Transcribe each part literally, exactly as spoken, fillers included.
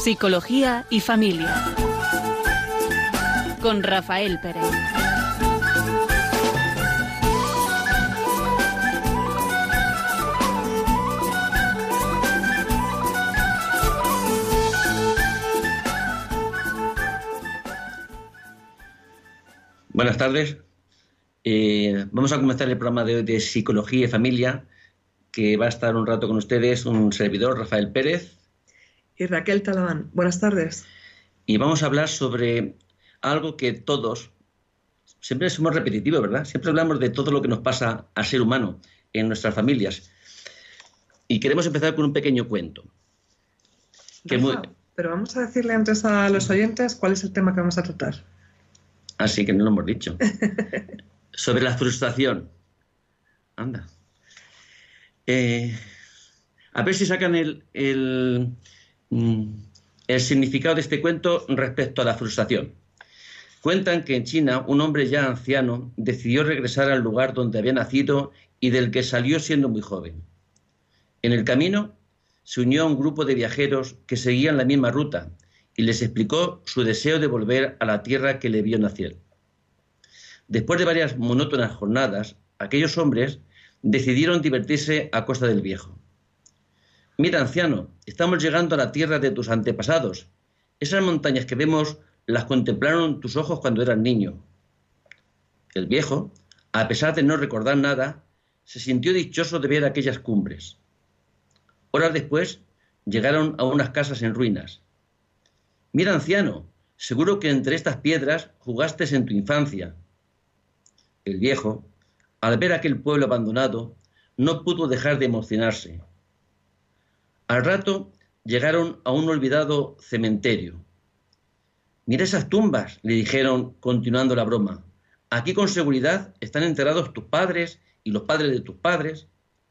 Psicología y familia. Con Rafael Pérez. Buenas tardes. Eh, vamos a comenzar el programa de hoy de Psicología y Familia, que va a estar un rato con ustedes un servidor, Rafael Pérez. Y Raquel Talabán. Buenas tardes. Y vamos a hablar sobre algo que todos, siempre somos repetitivos, ¿verdad? Siempre hablamos de todo lo que nos pasa al ser humano en nuestras familias. Y queremos empezar con un pequeño cuento. Que Rafa, muy... Pero vamos a decirle antes a los oyentes cuál es el tema que vamos a tratar. Así que no lo hemos dicho. Sobre la frustración. Anda. Eh, a ver si sacan el, el, el significado de este cuento respecto a la frustración. Cuentan que en China un hombre ya anciano decidió regresar al lugar donde había nacido y del que salió siendo muy joven. En el camino se unió a un grupo de viajeros que seguían la misma ruta y les explicó su deseo de volver a la tierra que le vio nacer. Después de varias monótonas jornadas, aquellos hombres decidieron divertirse a costa del viejo. Mira, anciano, estamos llegando a la tierra de tus antepasados. Esas montañas que vemos las contemplaron tus ojos cuando eras niño. El viejo, a pesar de no recordar nada, se sintió dichoso de ver aquellas cumbres. Horas después, llegaron a unas casas en ruinas. Mira, anciano, seguro que entre estas piedras jugaste en tu infancia. El viejo, al ver aquel pueblo abandonado, no pudo dejar de emocionarse. Al rato llegaron a un olvidado cementerio. Mira esas tumbas, le dijeron, continuando la broma. Aquí con seguridad están enterrados tus padres y los padres de tus padres.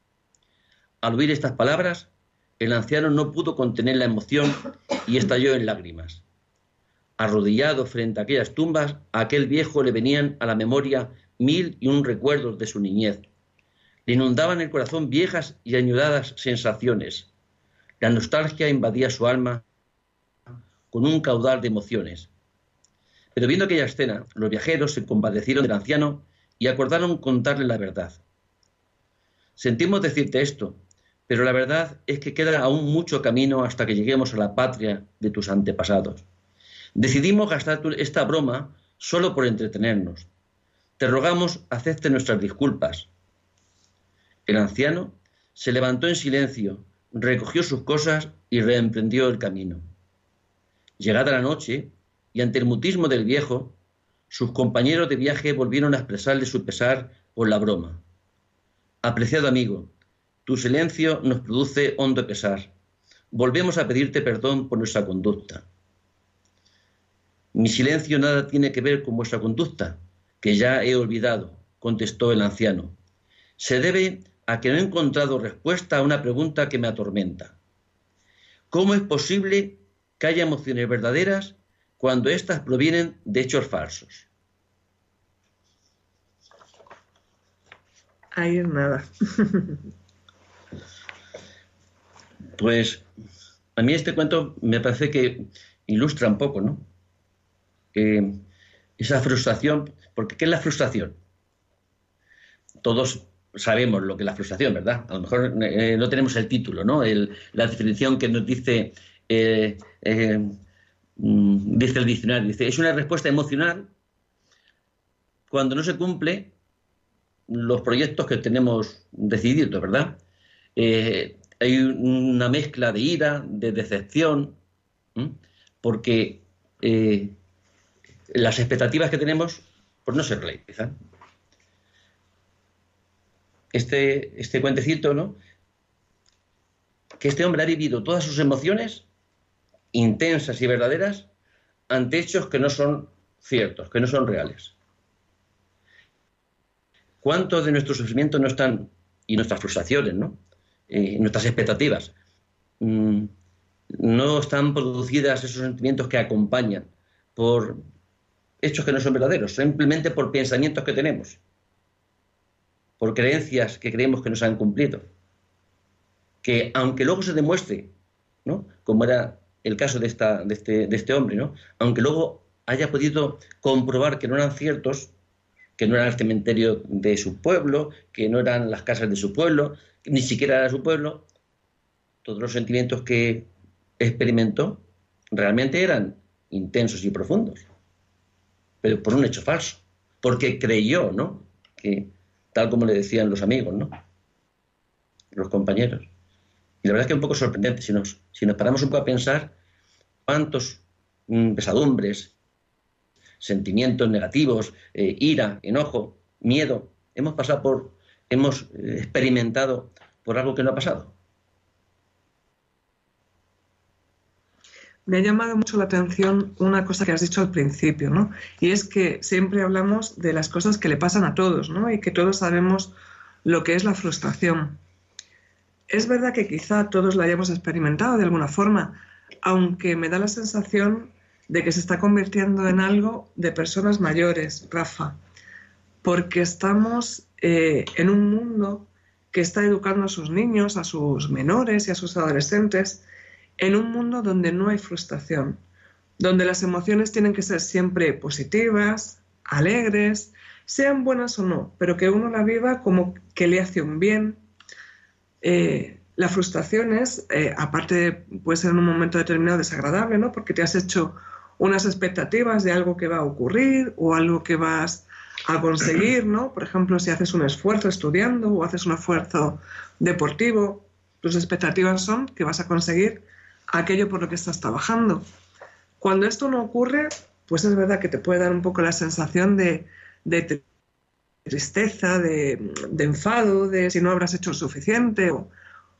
Al oír estas palabras, el anciano no pudo contener la emoción y estalló en lágrimas. Arrodillado frente a aquellas tumbas, a aquel viejo le venían a la memoria mil y un recuerdos de su niñez. Le inundaban el corazón viejas y añoradas sensaciones. La nostalgia invadía su alma con un caudal de emociones. Pero viendo aquella escena, los viajeros se compadecieron del anciano y acordaron contarle la verdad. Sentimos decirte esto, pero la verdad es que queda aún mucho camino hasta que lleguemos a la patria de tus antepasados. Decidimos gastar esta broma solo por entretenernos. Te rogamos acepte nuestras disculpas. El anciano se levantó en silencio, recogió sus cosas y reemprendió el camino. Llegada la noche, y ante el mutismo del viejo, sus compañeros de viaje volvieron a expresarle su pesar por la broma. Apreciado amigo, tu silencio nos produce hondo pesar. Volvemos a pedirte perdón por nuestra conducta. Mi silencio nada tiene que ver con vuestra conducta, que ya he olvidado, contestó el anciano. Se debe a que no he encontrado respuesta a una pregunta que me atormenta. ¿Cómo es posible que haya emociones verdaderas cuando éstas provienen de hechos falsos? Ahí es nada. Pues a mí este cuento me parece que ilustra un poco, ¿no? Eh, esa frustración, porque ¿qué es la frustración? Todos sabemos lo que es la frustración, ¿verdad? A lo mejor eh, no tenemos el título, ¿no? El, la definición que nos dice, eh, eh, dice el diccionario. Dice, es una respuesta emocional cuando no se cumple los proyectos que tenemos decididos, ¿verdad? Eh, hay una mezcla de ira, de decepción, ¿eh? porque eh, las expectativas que tenemos pues no se realizan. Este, este cuentecito, ¿no? Que este hombre ha vivido todas sus emociones intensas y verdaderas ante hechos que no son ciertos, que no son reales. ¿Cuántos de nuestros sufrimientos no están, y nuestras frustraciones, ¿no? Eh, nuestras expectativas, mmm, no están producidas esos sentimientos que acompañan por hechos que no son verdaderos, simplemente por pensamientos que tenemos, por creencias que creemos que no se han cumplido, que aunque luego se demuestre, ¿no?, como era el caso de, esta, de, este, de este hombre, ¿no? Aunque luego haya podido comprobar que no eran ciertos, que no era el cementerio de su pueblo, que no eran las casas de su pueblo, ni siquiera era su pueblo, todos los sentimientos que experimentó realmente eran intensos y profundos, pero por un hecho falso, porque creyó, ¿no?, que tal como le decían los amigos, ¿no?, los compañeros. Y la verdad es que es un poco sorprendente, si nos, si nos paramos un poco a pensar cuántos mmm, pesadumbres, sentimientos negativos, eh, ira, enojo, miedo, hemos pasado por, hemos eh, experimentado por algo que no ha pasado. Me ha llamado mucho la atención una cosa que has dicho al principio, ¿no? Y es que siempre hablamos de las cosas que le pasan a todos, ¿no? Y que todos sabemos lo que es la frustración. Es verdad que quizá todos la hayamos experimentado de alguna forma, aunque me da la sensación de que se está convirtiendo en algo de personas mayores, Rafa, porque estamos eh, en un mundo que está educando a sus niños, a sus menores y a sus adolescentes, en un mundo donde no hay frustración, donde las emociones tienen que ser siempre positivas, alegres, sean buenas o no, pero que uno la viva como que le hace un bien. Eh, la frustración es, eh, aparte de, puede ser en un momento determinado desagradable, ¿no?, porque te has hecho unas expectativas de algo que va a ocurrir o algo que vas a conseguir, ¿no? Por ejemplo, si haces un esfuerzo estudiando o haces un esfuerzo deportivo, tus expectativas son que vas a conseguir aquello por lo que estás trabajando. Cuando esto no ocurre, pues es verdad que te puede dar un poco la sensación de, de tristeza, de, de enfado, de si no habrás hecho lo suficiente. O...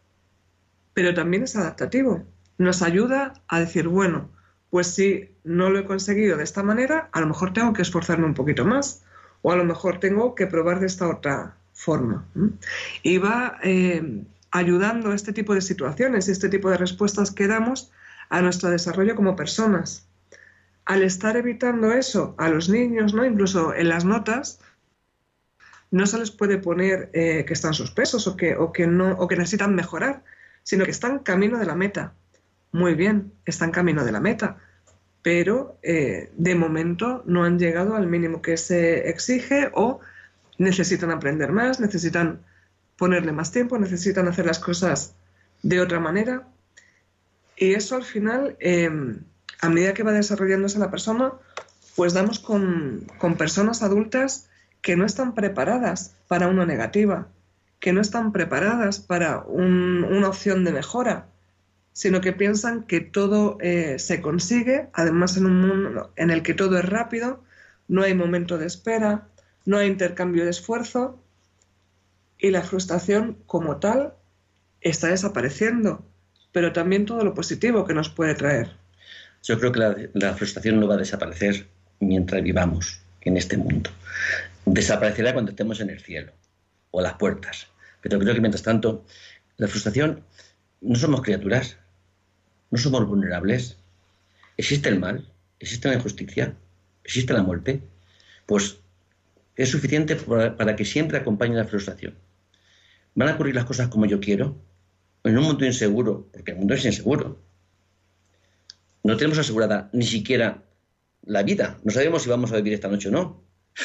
Pero también es adaptativo. Nos ayuda a decir, bueno, pues si no lo he conseguido de esta manera, a lo mejor tengo que esforzarme un poquito más, o a lo mejor tengo que probar de esta otra forma. Y va eh, ayudando a este tipo de situaciones y este tipo de respuestas que damos a nuestro desarrollo como personas. Al estar evitando eso a los niños, ¿no?, incluso en las notas, no se les puede poner eh, que están suspensos o que, o, que no, o que necesitan mejorar, sino que están camino de la meta. Muy bien, están camino de la meta, pero eh, de momento no han llegado al mínimo que se exige o necesitan aprender más, necesitan ponerle más tiempo, necesitan hacer las cosas de otra manera. Y eso al final, eh, a medida que va desarrollándose la persona, pues damos con, con personas adultas que no están preparadas para una negativa, que no están preparadas para un, una opción de mejora, sino que piensan que todo eh, se consigue, además en un mundo en el que todo es rápido, no hay momento de espera, no hay intercambio de esfuerzo, y la frustración como tal está desapareciendo, pero también todo lo positivo que nos puede traer. Yo creo que la, la frustración no va a desaparecer mientras vivamos en este mundo. Desaparecerá cuando estemos en el cielo o a las puertas. Pero creo que mientras tanto, la frustración, no somos criaturas, no somos vulnerables. ¿Existe el mal? ¿Existe la injusticia? ¿Existe la muerte? Pues es suficiente para, para que siempre acompañe la frustración. ¿Van a ocurrir las cosas como yo quiero? En un mundo inseguro, porque el mundo es inseguro. No tenemos asegurada ni siquiera la vida. No sabemos si vamos a vivir esta noche o no.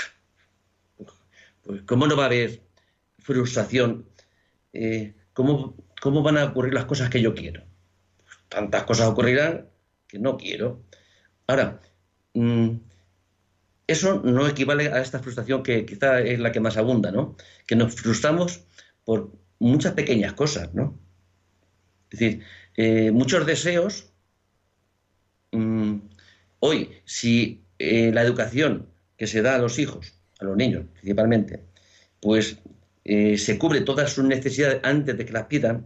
Pues ¿cómo no va a haber frustración? Eh, ¿cómo, ¿Cómo van a ocurrir las cosas que yo quiero? Pues tantas cosas ocurrirán que no quiero. Ahora, mmm, eso no equivale a esta frustración que quizá es la que más abunda, ¿no? Que nos frustramos por muchas pequeñas cosas, ¿no? Es decir, eh, muchos deseos. Mmm, hoy, si eh, la educación que se da a los hijos, a los niños principalmente, pues eh, se cubre todas sus necesidades antes de que las pidan,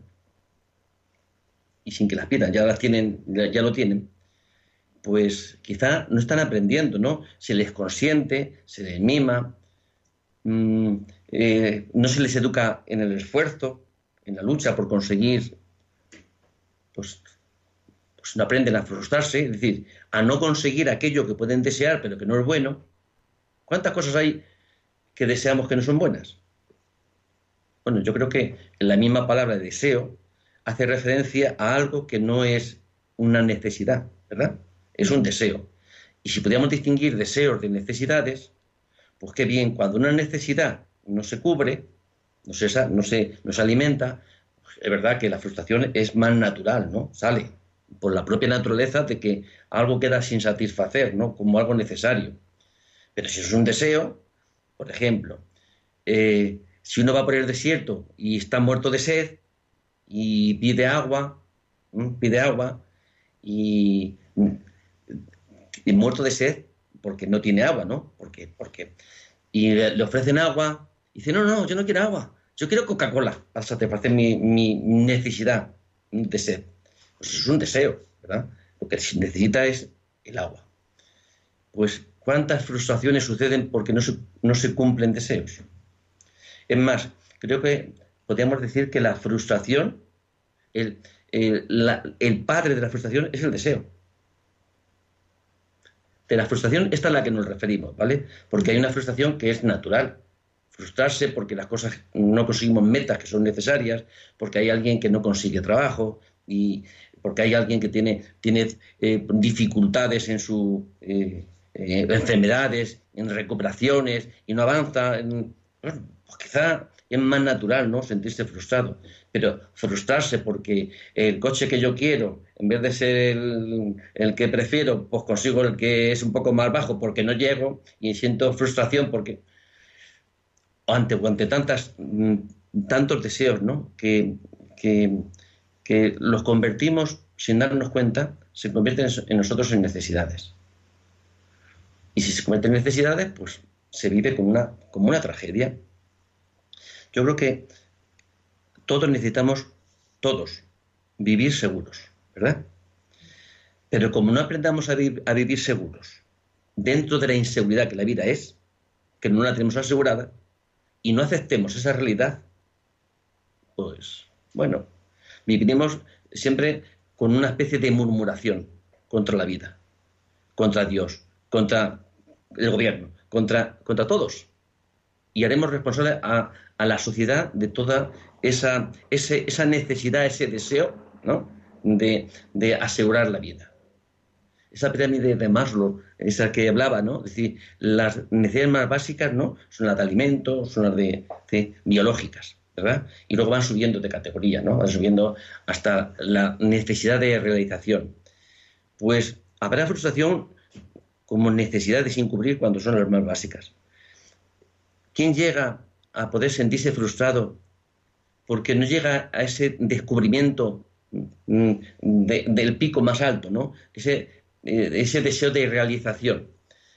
y sin que las pidan, ya las tienen, ya, ya lo tienen, pues quizá no están aprendiendo, ¿no? Se les consiente, se les mima, mmm, eh, no se les educa en el esfuerzo, en la lucha por conseguir, pues, pues no aprenden a frustrarse, es decir, a no conseguir aquello que pueden desear pero que no es bueno. ¿Cuántas cosas hay que deseamos que no son buenas? Bueno, yo creo que en la misma palabra deseo hace referencia a algo que no es una necesidad, ¿verdad? Es un deseo. Y si pudiéramos distinguir deseos de necesidades, pues qué bien, cuando una necesidad no se cubre, no se, no se, no se alimenta, pues es verdad que la frustración es más natural, ¿no? Sale por la propia naturaleza de que algo queda sin satisfacer, ¿no? Como algo necesario. Pero si es un deseo, por ejemplo, eh, si uno va por el desierto y está muerto de sed y pide agua, ¿m? pide agua y, y muerto de sed porque no tiene agua, ¿no? Porque, porque, y le, le ofrecen agua y dice, no, no, yo no quiero agua, yo quiero Coca-Cola para satisfacer mi, mi necesidad de sed. Pues es un deseo, ¿verdad? Lo que necesita es el agua. Pues, ¿cuántas frustraciones suceden porque no se, no se cumplen deseos? Es más, creo que podríamos decir que la frustración, el, el, la, el padre de la frustración es el deseo. De la frustración, esta es a la que nos referimos, ¿vale? Porque hay una frustración que es natural. Frustrarse porque las cosas no conseguimos metas que son necesarias, porque hay alguien que no consigue trabajo y porque hay alguien que tiene, tiene eh, dificultades en sus eh, eh, enfermedades, en recuperaciones y no avanza. En, bueno, pues quizá es más natural, ¿no?, sentirse frustrado. Pero frustrarse porque el coche que yo quiero, en vez de ser el, el que prefiero, pues consigo el que es un poco más bajo porque no llego y siento frustración porque ante, ante tantas, tantos deseos, ¿no?, que, que, que los convertimos sin darnos cuenta, se convierten en nosotros en necesidades. Y si se convierten en necesidades, pues se vive como una, como una tragedia. Yo creo que todos necesitamos, todos, vivir seguros, ¿verdad? Pero como no aprendamos a, vi- a vivir seguros dentro de la inseguridad que la vida es, que no la tenemos asegurada, y no aceptemos esa realidad, pues, bueno, viviremos siempre con una especie de murmuración contra la vida, contra Dios, contra el gobierno, contra, contra todos. Y haremos responsable a, a la sociedad de toda esa, ese, esa necesidad, ese deseo, ¿no?, de, de asegurar la vida. Esa pirámide de Maslow, esa que hablaba, ¿no? Es decir, las necesidades más básicas, ¿no?, son las de alimentos, son las de, de biológicas, ¿verdad? Y luego van subiendo de categoría, ¿no? Van subiendo hasta la necesidad de realización. Pues habrá frustración como necesidades sin cubrir cuando son las más básicas. ¿Quién llega a poder sentirse frustrado porque no llega a ese descubrimiento de, del pico más alto, ¿no?, ese, ese deseo de realización?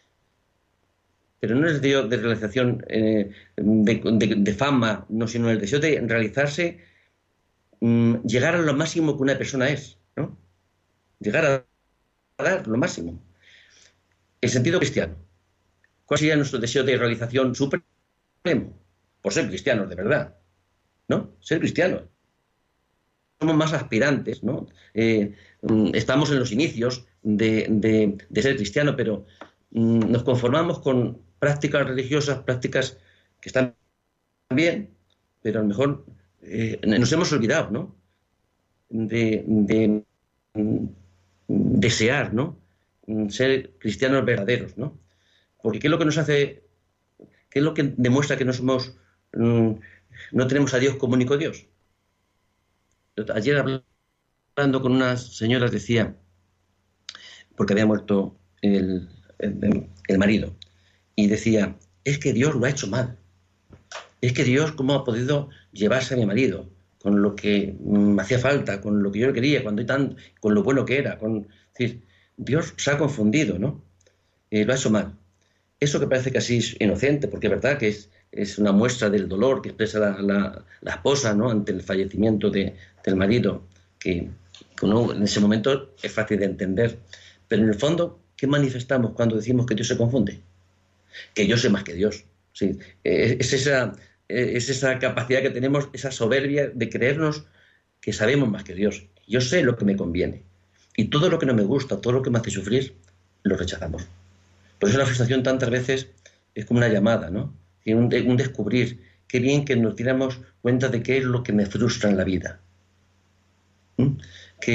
Pero no es el deseo de realización eh, de, de, de fama, no, sino el deseo de realizarse, mmm, llegar a lo máximo que una persona es, ¿no? Llegar a dar lo máximo. El sentido cristiano. ¿Cuál sería nuestro deseo de realización supremo? Por ser cristianos de verdad, ¿no? Ser cristianos. Somos más aspirantes, ¿no? Eh, estamos en los inicios de, de, de ser cristiano, pero mm, nos conformamos con prácticas religiosas, prácticas que están bien, pero a lo mejor eh, nos hemos olvidado, ¿no?, de, de mm, desear, ¿no?, ser cristianos verdaderos, ¿no? Porque ¿qué es lo que nos hace, qué es lo que demuestra que no somos, mmm, no tenemos a Dios como único Dios? Ayer hablando con unas señoras decía, porque había muerto el, el, el marido, y decía, es que Dios lo ha hecho mal. Es que Dios, ¿cómo ha podido llevarse a mi marido? Con lo que me hacía falta, con lo que yo quería, cuando hay tan, con lo bueno que era. Con, es decir, Dios se ha confundido, ¿no? Eh, lo ha hecho mal. Eso que parece casi es inocente, porque es verdad que es, es una muestra del dolor que expresa la, la, la esposa, ¿no?, ante el fallecimiento de, del marido, que, que uno, en ese momento es fácil de entender. Pero en el fondo, ¿qué manifestamos cuando decimos que Dios se confunde? Que yo sé más que Dios. Sí, es, esa, es esa capacidad que tenemos, esa soberbia de creernos que sabemos más que Dios. Yo sé lo que me conviene. Y todo lo que no me gusta, todo lo que me hace sufrir, lo rechazamos. Por eso la frustración tantas veces es como una llamada, ¿no? Y un, un descubrir. Qué bien que nos diéramos cuenta de qué es lo que me frustra en la vida. ¿Mm? Que,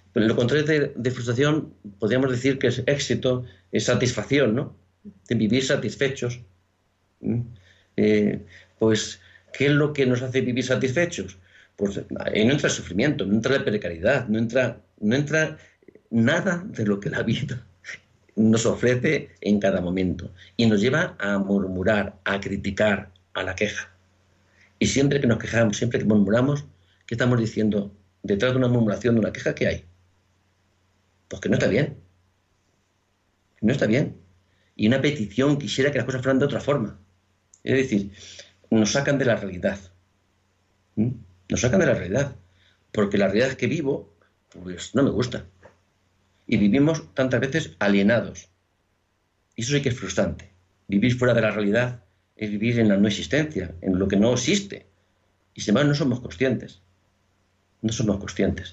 Pero lo contrario de, de frustración, podríamos decir que es éxito, es satisfacción, ¿no? De vivir satisfechos. ¿Mm? Eh, pues, ¿qué es lo que nos hace vivir satisfechos? Pues ahí no entra el sufrimiento, no entra la precariedad, no entra, no entra nada de lo que la vida nos ofrece en cada momento. Y nos lleva a murmurar, a criticar, a la queja. Y siempre que nos quejamos, siempre que murmuramos, ¿qué estamos diciendo? Detrás de una murmuración, de una queja, ¿qué hay? Pues que no está bien. No está bien. Y una petición quisiera que las cosas fueran de otra forma. Es decir, nos sacan de la realidad. ¿Mm? Nos sacan de la realidad. Porque la realidad que vivo, pues no me gusta. Y vivimos tantas veces alienados. Y eso sí que es frustrante. Vivir fuera de la realidad es vivir en la no existencia, en lo que no existe. Y sin embargo no somos conscientes. No somos conscientes.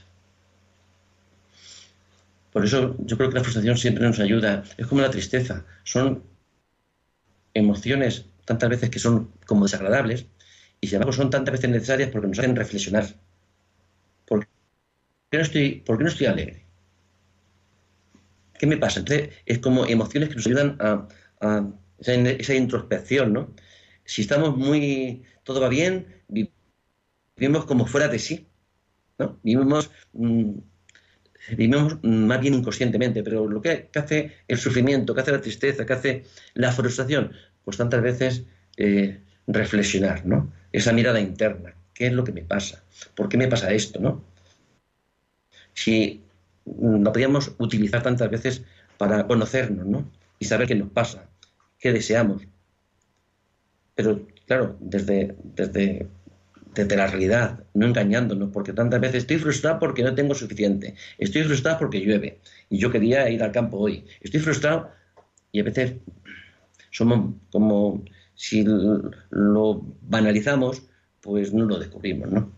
Por eso yo creo que la frustración siempre nos ayuda. Es como la tristeza. Son emociones tantas veces que son como desagradables y sin embargo son tantas veces necesarias porque nos hacen reflexionar. ¿Por qué no estoy, por qué no estoy alegre? ¿Qué me pasa? Entonces es como emociones que nos ayudan a, a esa, esa introspección, ¿no? Si estamos muy... todo va bien, vivimos como fuera de sí, ¿no? Vivimos... Mmm, vivimos más bien inconscientemente, pero lo que, que hace el sufrimiento, que hace la tristeza, que hace la frustración, pues tantas veces eh, reflexionar, ¿no? Esa mirada interna, ¿qué es lo que me pasa? ¿Por qué me pasa esto, no? Si lo podríamos utilizar tantas veces para conocernos, ¿no? Y saber qué nos pasa, qué deseamos. Pero, claro, desde, desde, desde la realidad, no engañándonos, porque tantas veces estoy frustrado porque no tengo suficiente, estoy frustrado porque llueve, y yo quería ir al campo hoy, estoy frustrado, y a veces somos como, si lo banalizamos, pues no lo descubrimos, ¿no?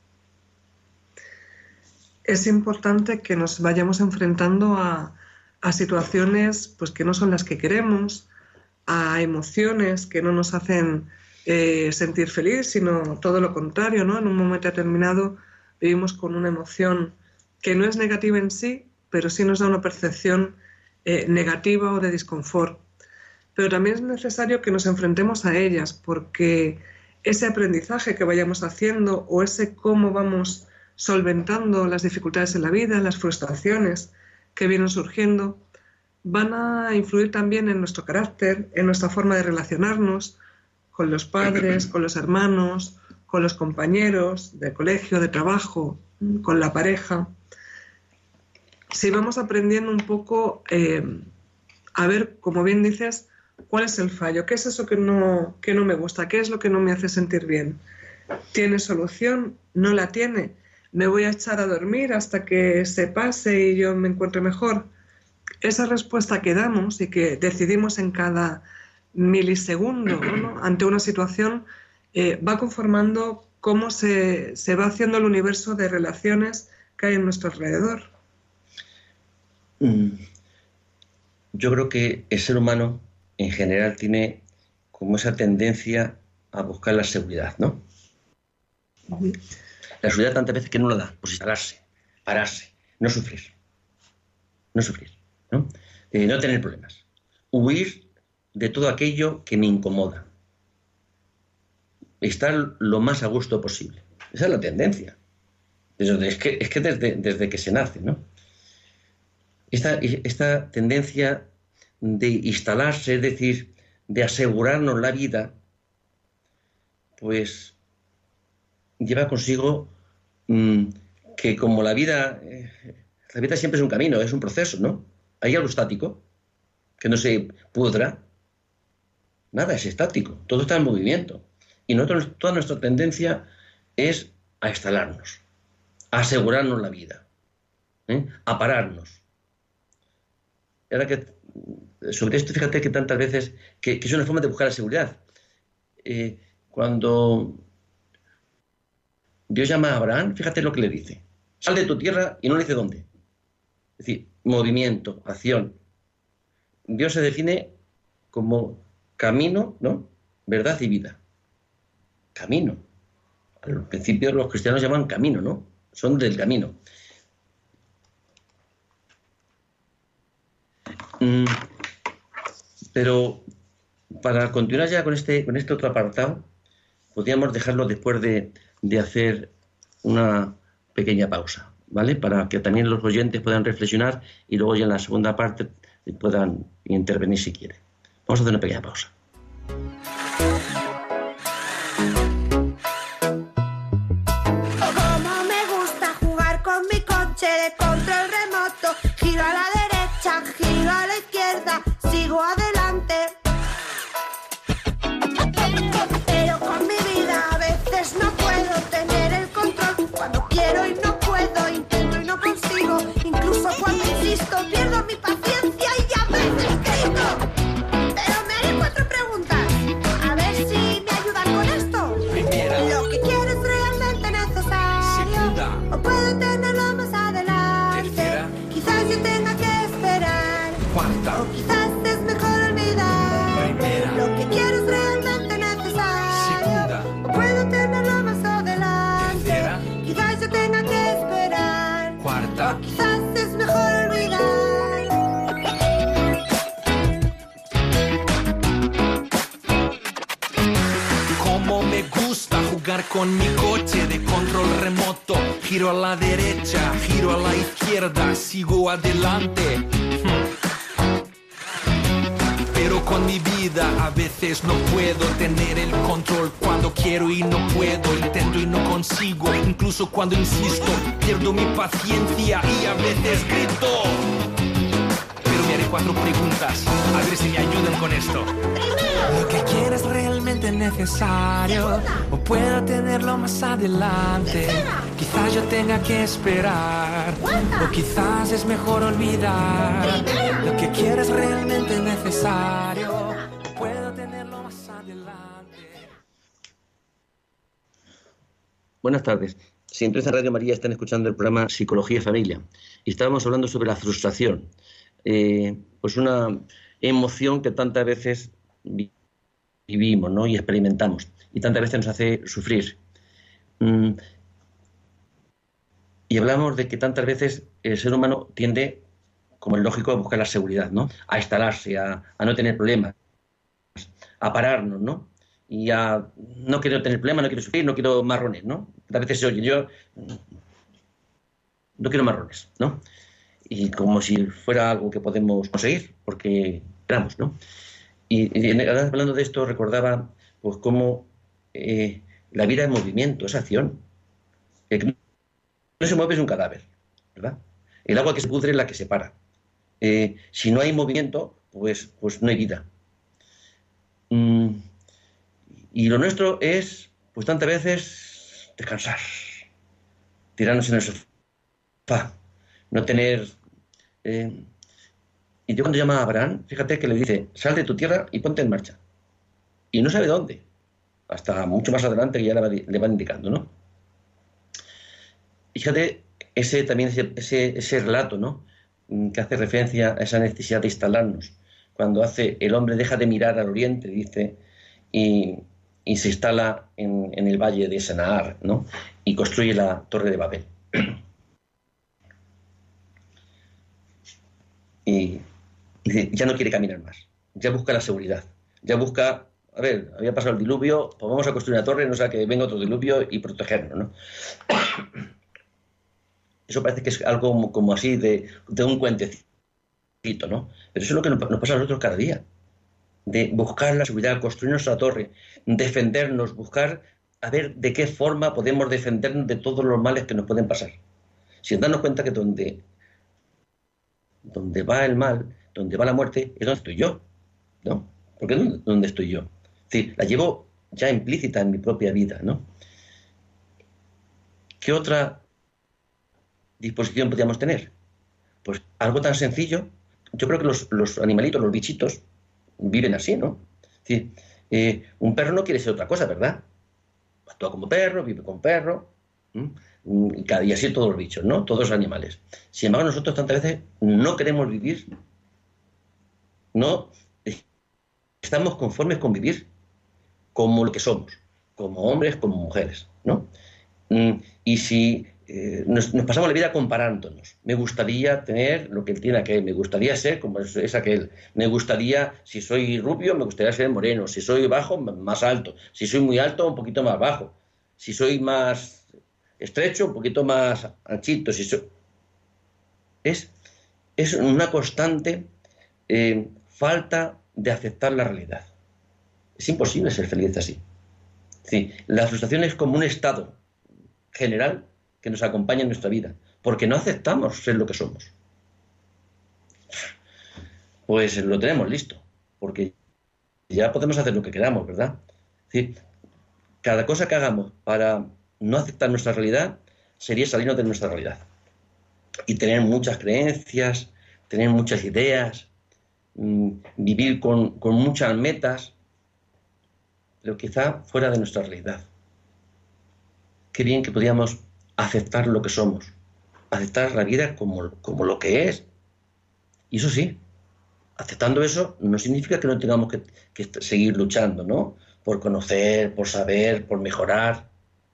Es importante que nos vayamos enfrentando a, a situaciones pues, que no son las que queremos, a emociones que no nos hacen eh, sentir feliz, sino todo lo contrario, ¿no? En un momento determinado vivimos con una emoción que no es negativa en sí, pero sí nos da una percepción eh, negativa o de disconfort. Pero también es necesario que nos enfrentemos a ellas, porque ese aprendizaje que vayamos haciendo o ese cómo vamos solventando las dificultades en la vida, las frustraciones que vienen surgiendo, van a influir también en nuestro carácter, en nuestra forma de relacionarnos con los padres, con los hermanos, con los compañeros de colegio, de trabajo, con la pareja. Si vamos aprendiendo un poco eh, a ver, como bien dices, cuál es el fallo, qué es eso que no, que no me gusta, qué es lo que no me hace sentir bien. ¿Tiene solución? ¿No la tiene? ¿Me voy a echar a dormir hasta que se pase y yo me encuentre mejor? Esa respuesta que damos y que decidimos en cada milisegundo, ¿no? Ante una situación eh, va conformando cómo se, se va haciendo el universo de relaciones que hay en nuestro alrededor. Yo creo que el ser humano en general tiene como esa tendencia a buscar la seguridad, ¿no? Uh-huh. La seguridad tantas veces que no la da, pues instalarse, pararse, no sufrir, no sufrir, ¿no? Eh, no tener problemas, huir de todo aquello que me incomoda, estar lo más a gusto posible. Esa es la tendencia. Es que, es que desde, desde que se nace, ¿no? Esta, esta tendencia de instalarse, es decir, de asegurarnos la vida, pues lleva consigo mmm, que como la vida, eh, la vida siempre es un camino, es un proceso, ¿no? Hay algo estático, que no se pudra. Nada es estático, todo está en movimiento. Y nosotros, toda nuestra tendencia es a instalarnos, a asegurarnos la vida, ¿eh? A pararnos. Y ahora que sobre esto, fíjate que tantas veces, que, que es una forma de buscar la seguridad. Eh, cuando Dios llama a Abraham, fíjate lo que le dice. Sal de tu tierra y no le dice dónde. Es decir, movimiento, acción. Dios se define como camino, ¿no? Verdad y vida. Camino. Al principio los cristianos llaman camino, ¿no? Son del camino. Mm, pero para continuar ya con este, con este otro apartado, podríamos dejarlo después de, de hacer una pequeña pausa, ¿vale? Para que también los oyentes puedan reflexionar y luego ya en la segunda parte puedan intervenir si quieren. Vamos a hacer una pequeña pausa. Como me gusta jugar con mi coche de control remoto, giro a la derecha, giro a la izquierda, sigo adelante. Pero con mi vida a veces no puedo tener el control. Cuando quiero y no puedo, intento y no consigo. Incluso cuando insisto pierdo mi paciencia y a veces grito. Pero me haré cuatro preguntas, a ver si me ayudan con esto. Primera. ¿Lo que quiero es realmente necesario? Segunda. ¿O puedo tenerlo más adelante? Tercera. Quizás yo tenga que esperar. Cuarta. O quizás es mejor olvidar. Primera. Lo que quiero es realmente necesario. Segunda. O puedo tenerlo más adelante. Tercera. Quizás yo tenga que esperar. Cuarta. O quizás es mejor olvidar. Como me gusta jugar con mi coche de control remoto. Giro a la derecha, giro a la izquierda, sigo adelante. Hmm. Pero con mi vida a veces no puedo tener el control. Cuando quiero y no puedo, intento y no consigo. Incluso cuando insisto, pierdo mi paciencia y a veces grito. Pero me haré cuatro preguntas, a ver si me ayudan con esto. Lo que quiero es realmente necesario, o puedo tenerlo más adelante. Quizás yo tenga que esperar, o quizás es mejor olvidar. Lo que quiero es realmente necesario, o puedo tenerlo más adelante. Buenas tardes. Siempre en Radio María están escuchando el programa Psicología y Familia. Y estábamos hablando sobre la frustración. Eh, pues una emoción que tantas veces vivimos, ¿no? Y experimentamos. Y tantas veces nos hace sufrir. Mm. Y hablamos de que tantas veces el ser humano tiende, como es lógico, a buscar la seguridad, ¿no? A instalarse, a, a no tener problemas, a pararnos, ¿no? Y a no quiero tener problemas, no quiero sufrir, no quiero marrones, ¿no? A veces se oye, yo no quiero marrones, ¿no? Y como si fuera algo que podemos conseguir, porque esperamos, ¿no? Y, y hablando de esto recordaba pues cómo eh, la vida es movimiento, es acción. El que no se mueve es un cadáver, ¿verdad? El agua que se pudre es la que se para. Eh, si no hay movimiento, pues, pues no hay vida. Mm, y lo nuestro es, pues tantas veces, descansar, tirarnos en el sofá, no tener... Eh, y Dios cuando llama a Abraham, fíjate que le dice, sal de tu tierra y ponte en marcha. Y no sabe dónde, hasta mucho más adelante que ya le va, le va indicando, ¿no? Fíjate ese, también ese, ese, ese relato, ¿no? Que hace referencia a esa necesidad de instalarnos. Cuando hace, el hombre deja de mirar al oriente, dice, y, y se instala en, en el valle de Sennaar, ¿no? Y construye la Torre de Babel. Y dice, ya no quiere caminar más, ya busca la seguridad, ya busca, a ver, había pasado el diluvio, pues vamos a construir una torre, no sea que venga otro diluvio y protegernos, ¿no? Eso parece que es algo como, como así de, de un cuentecito, ¿no? Pero eso es lo que nos, nos pasa a nosotros cada día, de buscar la seguridad, construir nuestra torre, defendernos, buscar a ver de qué forma podemos defendernos de todos los males que nos pueden pasar, sin darnos cuenta que donde donde va el mal, donde va la muerte, es donde estoy yo, ¿no? Porque es donde estoy yo. Es decir, la llevo ya implícita en mi propia vida, ¿no? ¿Qué otra disposición podríamos tener? Pues algo tan sencillo. Yo creo que los, los animalitos, los bichitos, viven así, ¿no? Es decir, eh, un perro no quiere ser otra cosa, ¿verdad? Actúa como perro, vive con perro, ¿m? Y así todos los bichos, ¿no? Todos los animales. Sin embargo, nosotros tantas veces no queremos vivir, no estamos conformes con vivir como lo que somos, como hombres, como mujeres, ¿no? Y si eh, nos, nos pasamos la vida comparándonos. Me gustaría tener lo que él tiene aquel, me gustaría ser como es, es aquel, me gustaría, si soy rubio, me gustaría ser moreno, si soy bajo, más alto, si soy muy alto, un poquito más bajo, si soy más estrecho, un poquito más anchito, si soy... Es, es una constante eh, falta de aceptar la realidad. Es imposible ser feliz así. Sí, la frustración es como un estado general que nos acompaña en nuestra vida, porque no aceptamos ser lo que somos. Pues lo tenemos listo, porque ya podemos hacer lo que queramos, ¿verdad? Sí, cada cosa que hagamos para no aceptar nuestra realidad sería salirnos de nuestra realidad y tener muchas creencias, tener muchas ideas, mmm, vivir con, con muchas metas, pero quizá fuera de nuestra realidad. Qué bien que podíamos aceptar lo que somos, aceptar la vida como, como lo que es. Y eso sí, aceptando eso no significa que no tengamos que, que seguir luchando, ¿no? Por conocer, por saber, por mejorar.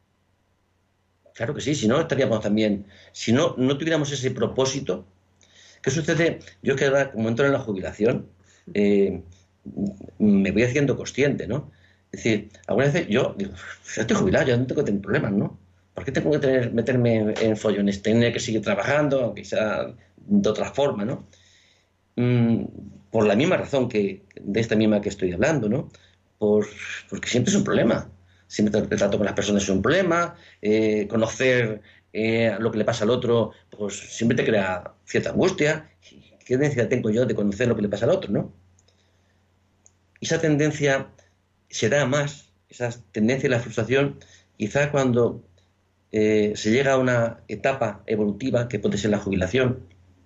Claro que sí, si no estaríamos también, si no, no tuviéramos ese propósito. ¿Qué sucede? Yo que ahora, como entro en la jubilación, eh, me voy haciendo consciente, ¿no? Es decir, algunas veces yo digo, ya estoy jubilado, ya no tengo que tener problemas, ¿no? ¿Por qué tengo que tener, meterme en, en follones? Tener que seguir trabajando, aunque sea de otra forma, ¿no? Mm, por la misma razón que de esta misma que estoy hablando, ¿no? Por, porque siempre es un problema. Siempre el trato con las personas es un problema. Eh, conocer eh, lo que le pasa al otro, pues siempre te crea cierta angustia. ¿Qué necesidad tengo yo de conocer lo que le pasa al otro, no? Y esa tendencia se da más, esa tendencia a la frustración, quizás cuando eh, se llega a una etapa evolutiva que puede ser la jubilación,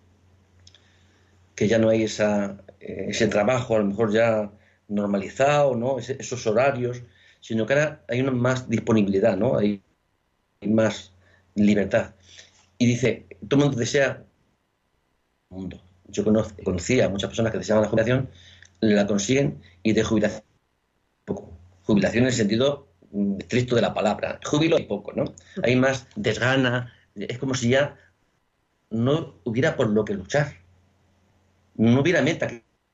que ya no hay esa, eh, ese trabajo a lo mejor ya normalizado, ¿no? Es, esos horarios, sino que ahora hay una más disponibilidad, ¿no? Hay, hay más libertad. Y dice, todo el mundo desea un mundo. Yo conoc conocía a muchas personas que deseaban la jubilación, la consiguen y de jubilación poco. Jubilación en el sentido estricto de la palabra. Júbilo y poco, ¿no? Hay más desgana. Es como si ya no hubiera por lo que luchar. No hubiera meta.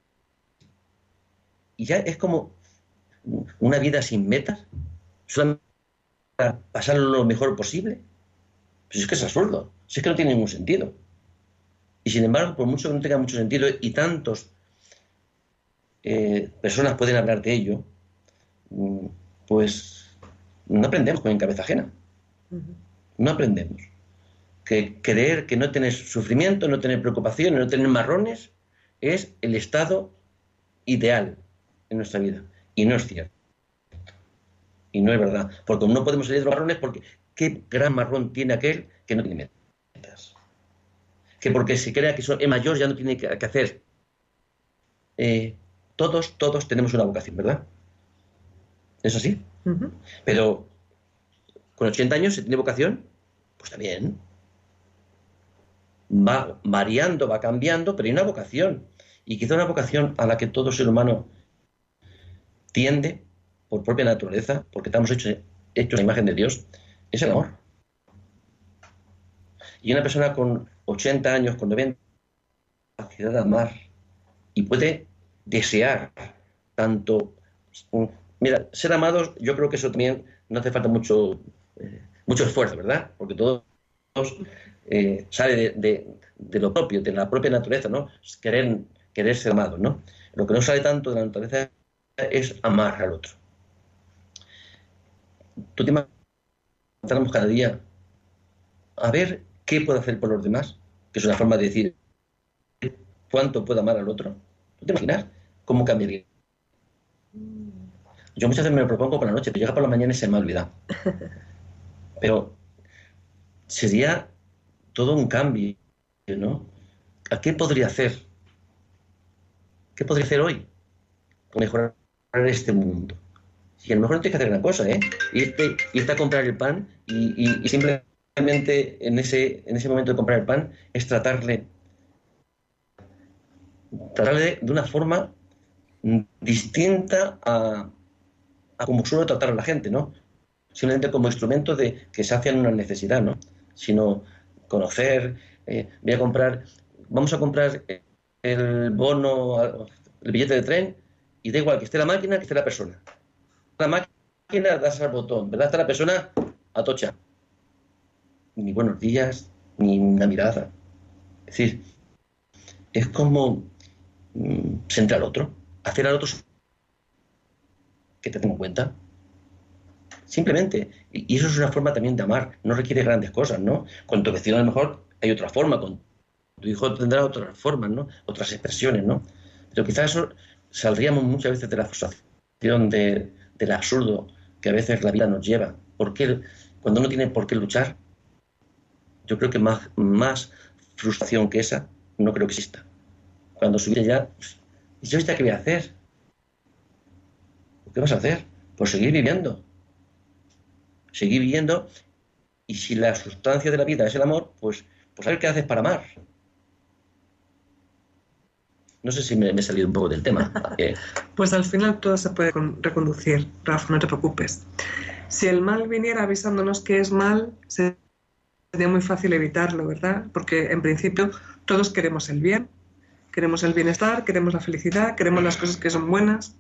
Y ya es como una vida sin metas, solamente para pasarlo lo mejor posible. Pues es que es absurdo. Si es que no tiene ningún sentido. Y sin embargo, por mucho que no tenga mucho sentido, y tantos eh, personas pueden hablar de ello, pues no aprendemos con en cabeza ajena. No aprendemos. Que creer que no tener sufrimiento, no tener preocupaciones, no tener marrones, es el estado ideal en nuestra vida. Y no es cierto. Y no es verdad. Porque no podemos salir de los marrones porque ¿qué gran marrón tiene aquel que no tiene metas? Que porque se crea que es mayor ya no tiene que hacer. Eh, todos, todos tenemos una vocación, ¿verdad? ¿Es así? Uh-huh. Pero con ochenta años se tiene vocación, pues también. Va variando, va cambiando, pero hay una vocación. Y quizá una vocación a la que todo ser humano tiende por propia naturaleza, porque estamos hechos, hechos a imagen de Dios, es el amor. Y una persona con ochenta años, con noventa, la capacidad de amar y puede desear tanto... Mira, ser amados, yo creo que eso también no hace falta mucho, eh, mucho esfuerzo, ¿verdad? Porque todos eh, sale de, de, de lo propio, de la propia naturaleza, ¿no? Querer, querer ser amados, ¿no? Lo que no sale tanto de la naturaleza es amar al otro. Tú te imaginas cada día a ver qué puedo hacer por los demás, que es una forma de decir cuánto puedo amar al otro. ¿Tú te imaginas cómo cambiaría? Yo muchas veces me lo propongo por la noche, pero llega por la mañana y se me ha olvidado. Pero sería todo un cambio, ¿no? ¿A qué podría hacer? ¿Qué podría hacer hoy por mejorar este mundo? Y a lo mejor no tienes que hacer gran cosa, ¿eh? Irte, irte a comprar el pan y, y, y simplemente en ese, en ese momento de comprar el pan es tratarle, tratarle de una forma distinta a... a como suelo tratar a la gente, ¿no? Simplemente como instrumento de que sacian una necesidad, ¿no? sino conocer, eh, voy a comprar, vamos a comprar el bono, el billete de tren, y da igual que esté la máquina que esté la persona. La máquina das al botón, ¿verdad? Está la persona atocha. Ni buenos días, ni una mirada. Es decir, es como mmm, sentir al otro, hacer al otro que te tenga en cuenta. Simplemente. Y eso es una forma también de amar. No requiere grandes cosas, ¿no? Con tu vecino a lo mejor hay otra forma, con tu hijo tendrá otras formas, ¿no? Otras expresiones, ¿no? Pero quizás eso saldríamos muchas veces de la frustración, de, del absurdo que a veces la vida nos lleva. ¿Por qué? Cuando uno tiene por qué luchar, yo creo que más, más frustración que esa no creo que exista. Cuando su vida ya, ¿y yo ya qué voy a hacer? ¿Qué vas a hacer? Pues seguir viviendo. Seguir viviendo, y si la sustancia de la vida es el amor, pues, pues a ver qué haces para amar. No sé si me, me he salido un poco del tema. Eh. Pues al final todo se puede reconducir, Rafa, no te preocupes. Si el mal viniera avisándonos que es mal, sería muy fácil evitarlo, ¿verdad? Porque en principio todos queremos el bien, queremos el bienestar, queremos la felicidad, queremos las cosas que son buenas.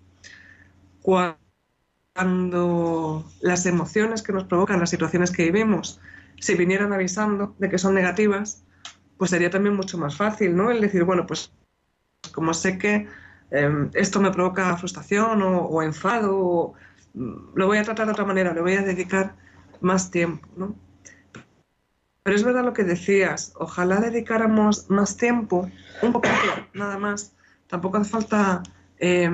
Cuando las emociones que nos provocan, las situaciones que vivimos, si vinieran avisando de que son negativas, pues sería también mucho más fácil, ¿no? El decir, bueno, pues como sé que eh, esto me provoca frustración o, o enfado, o, lo voy a tratar de otra manera, le voy a dedicar más tiempo, ¿no? Pero es verdad lo que decías, ojalá dedicáramos más tiempo, un poquito, nada más. Tampoco hace falta eh,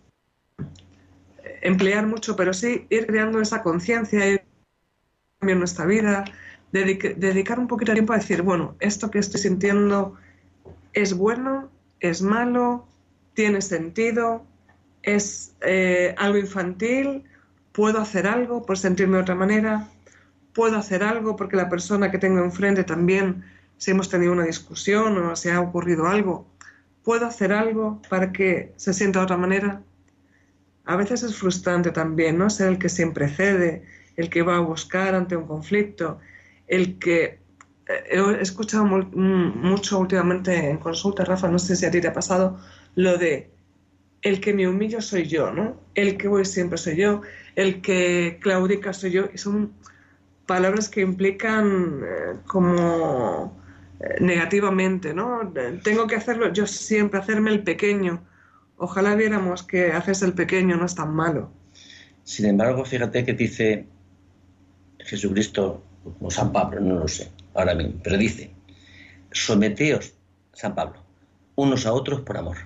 emplear mucho, pero sí ir creando esa conciencia en nuestra vida, dedic- dedicar un poquito de tiempo a decir, bueno, esto que estoy sintiendo es bueno, es malo, tiene sentido, es eh, algo infantil, puedo hacer algo por sentirme de otra manera, puedo hacer algo porque la persona que tengo enfrente también, si hemos tenido una discusión o se ha ocurrido algo, puedo hacer algo para que se sienta de otra manera. A veces es frustrante también, ¿no? Ser el que siempre cede, el que va a buscar ante un conflicto, el que... He escuchado mucho últimamente en consulta, Rafa, no sé si a ti te ha pasado, lo de el que me humillo soy yo, ¿no? El que voy siempre soy yo, el que claudica soy yo, y son palabras que implican eh, como eh, negativamente, ¿no? Tengo que hacerlo yo siempre, hacerme el pequeño. Ojalá viéramos que hacerse el pequeño no es tan malo. Sin embargo, fíjate que dice Jesucristo, o San Pablo, no lo sé ahora mismo, pero dice, someteos, San Pablo, unos a otros por amor.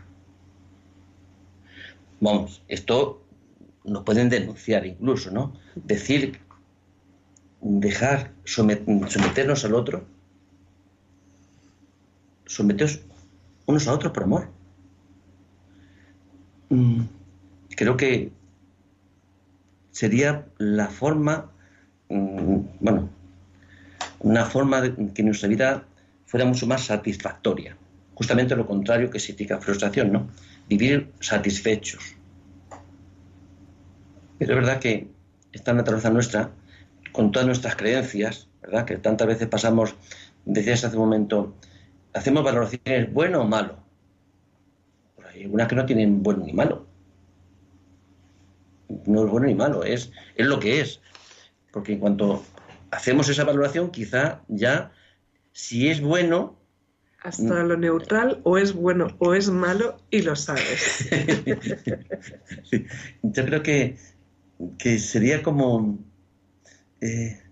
Vamos, esto nos pueden denunciar incluso, ¿no? Decir, dejar, somet, someternos al otro, someteos unos a otros por amor. Mm, creo que sería la forma, mm, bueno, una forma de que nuestra vida fuera mucho más satisfactoria. Justamente lo contrario que significa frustración, ¿no? Vivir satisfechos. Pero es verdad que esta naturaleza nuestra, con todas nuestras creencias, ¿verdad? Que tantas veces pasamos, decías hace un momento, hacemos valoraciones bueno o malo. Pues hay algunas que no tienen bueno ni malo. No es bueno ni malo, es, es lo que es. Porque en cuanto hacemos esa valoración, quizá ya, si es bueno... Hasta lo neutral, o es bueno o es malo, y lo sabes. Sí. Yo creo que, que sería como... Eh,